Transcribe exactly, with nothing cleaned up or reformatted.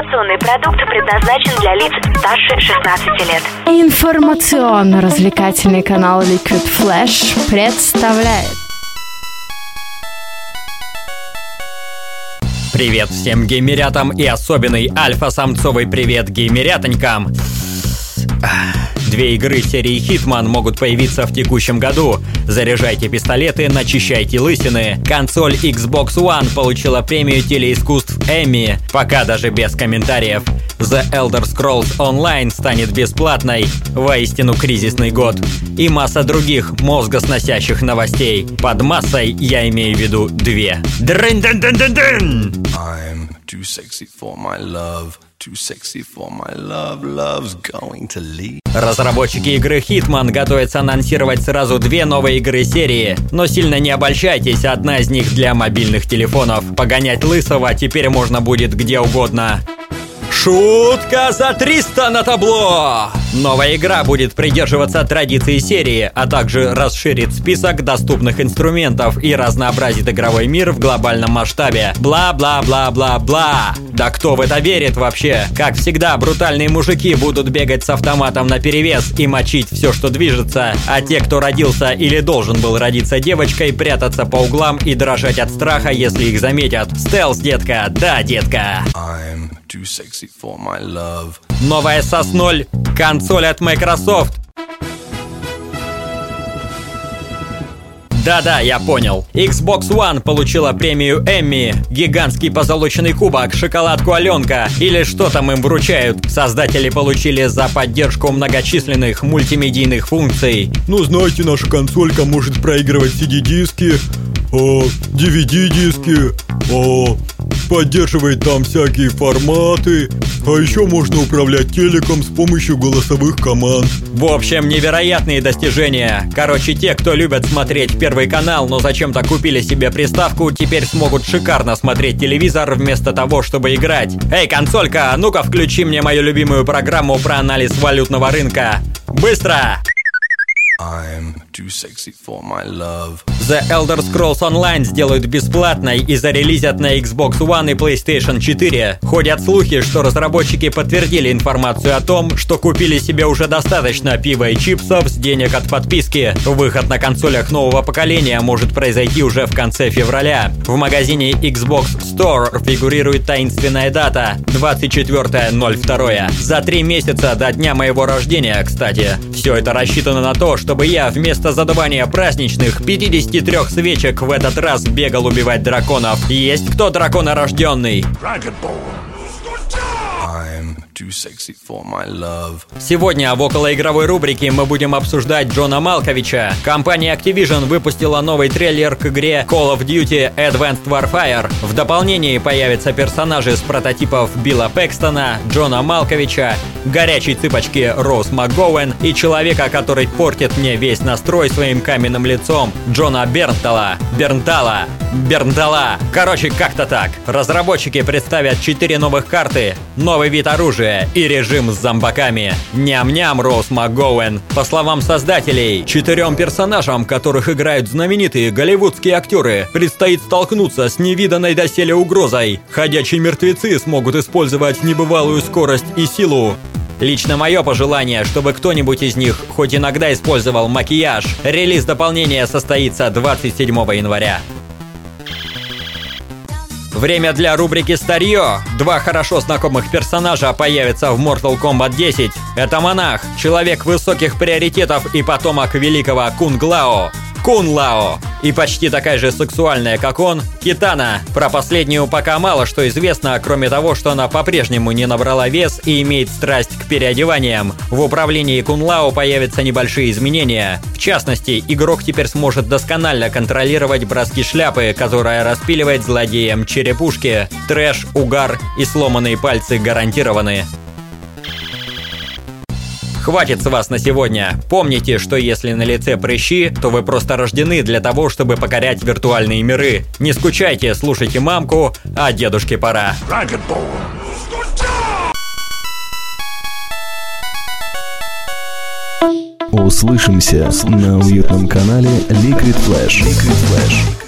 Информационный продукт предназначен для лиц старше шестнадцати лет. Информационно-развлекательный канал Liquid Flash представляет. Привет всем геймерятам и особенный альфа-самцовый привет геймерятонькам. Две игры серии Hitman могут появиться в текущем году. Заряжайте пистолеты, начищайте лысины. Консоль Xbox One получила премию телеискусств Эмми, пока даже без комментариев. The Elder Scrolls Online станет бесплатной. Воистину кризисный год. И масса других мозгосносящих новостей. Под массой я имею в виду две. Дрын-дын-дын-дын-дын! I'm too sexy for my love. Too sexy for my love, love's going to leave. Разработчики игры Hitman готовятся анонсировать сразу две новые игры серии. Но сильно не обольщайтесь, одна из них для мобильных телефонов. Погонять лысого теперь можно будет где угодно. Шутка за триста на табло! Новая игра будет придерживаться традиции серии, а также расширит список доступных инструментов и разнообразит игровой мир в глобальном масштабе. Бла-бла-бла-бла-бла. Да кто в это верит вообще? Как всегда, брутальные мужики будут бегать с автоматом наперевес и мочить все, что движется, а те, кто родился или должен был родиться девочкой, прятаться по углам и дрожать от страха, если их заметят. Стелс, детка, да, детка. I'm too sexy for my love. Новая эс эс ноль, консоль от Microsoft. Да-да, я понял. Xbox One получила премию Эмми, гигантский позолоченный кубок, шоколадку Аленка или что там им вручают. Создатели получили за поддержку многочисленных мультимедийных функций. Ну, знаете, наша консолька может проигрывать си ди-диски, ди ви ди-диски, поддерживает там всякие форматы, а еще можно управлять телеком с помощью голосовых команд. В общем, невероятные достижения. Короче, те, кто любят смотреть Первый канал, но зачем-то купили себе приставку, теперь смогут шикарно смотреть телевизор вместо того, чтобы играть. Эй, консолька, ну-ка включи мне мою любимую программу про анализ валютного рынка. Быстро! I'm too sexy for my love. The Elder Scrolls Online сделают бесплатной и зарелизят на Xbox One и PlayStation четыре. Ходят слухи, что разработчики подтвердили информацию о том, что купили себе уже достаточно пива и чипсов с денег от подписки. Выход на консолях нового поколения может произойти уже в конце февраля. В магазине Xbox Store фигурирует таинственная дата – двадцать четвёртое ноль второе. За три месяца до дня моего рождения, кстати. Все это рассчитано на то, чтобы я вместо задавания праздничных пятидесяти трёх свечек в этот раз бегал убивать драконов. Есть кто драконорожденный? I'm too sexy for my love. Сегодня в околоигровой рубрике мы будем обсуждать Джона Малковича. Компания Activision выпустила новый трейлер к игре Call of Duty Advanced Warfare. В дополнении появятся персонажи с прототипов Билла Пэкстона, Джона Малковича, горячей цыпочки Роуз МакГоуэн и человека, который портит мне весь настрой своим каменным лицом, Джона Бернтала. Бернтала. Бернтала. Короче, как-то так. Разработчики представят четыре новых карты, новый вид оружия и режим с зомбаками. Ням-ням, Роуз МакГоуэн. По словам создателей, четырем персонажам, которых играют знаменитые голливудские актеры, предстоит столкнуться с невиданной доселе угрозой. Ходячие мертвецы смогут использовать небывалую скорость и силу. Лично мое пожелание, чтобы кто-нибудь из них хоть иногда использовал макияж. Релиз дополнения состоится двадцать седьмого января. Время для рубрики «Старье». Два хорошо знакомых персонажа появятся в Mortal Kombat десять. Это монах, человек высоких приоритетов и потомок великого Кунг Лао. Кун Лао. И почти такая же сексуальная, как он, Китана. Про последнюю пока мало что известно, кроме того, что она по-прежнему не набрала вес и имеет страсть к переодеваниям. В управлении Кун Лао появятся небольшие изменения. В частности, игрок теперь сможет досконально контролировать броски шляпы, которая распиливает злодеям черепушки. Трэш, угар и сломанные пальцы гарантированы. Хватит с вас на сегодня. Помните, что если на лице прыщи, то вы просто рождены для того, чтобы покорять виртуальные миры. Не скучайте, слушайте мамку, а дедушке пора. Услышимся на уютном канале Liquid Flash. Liquid Flash.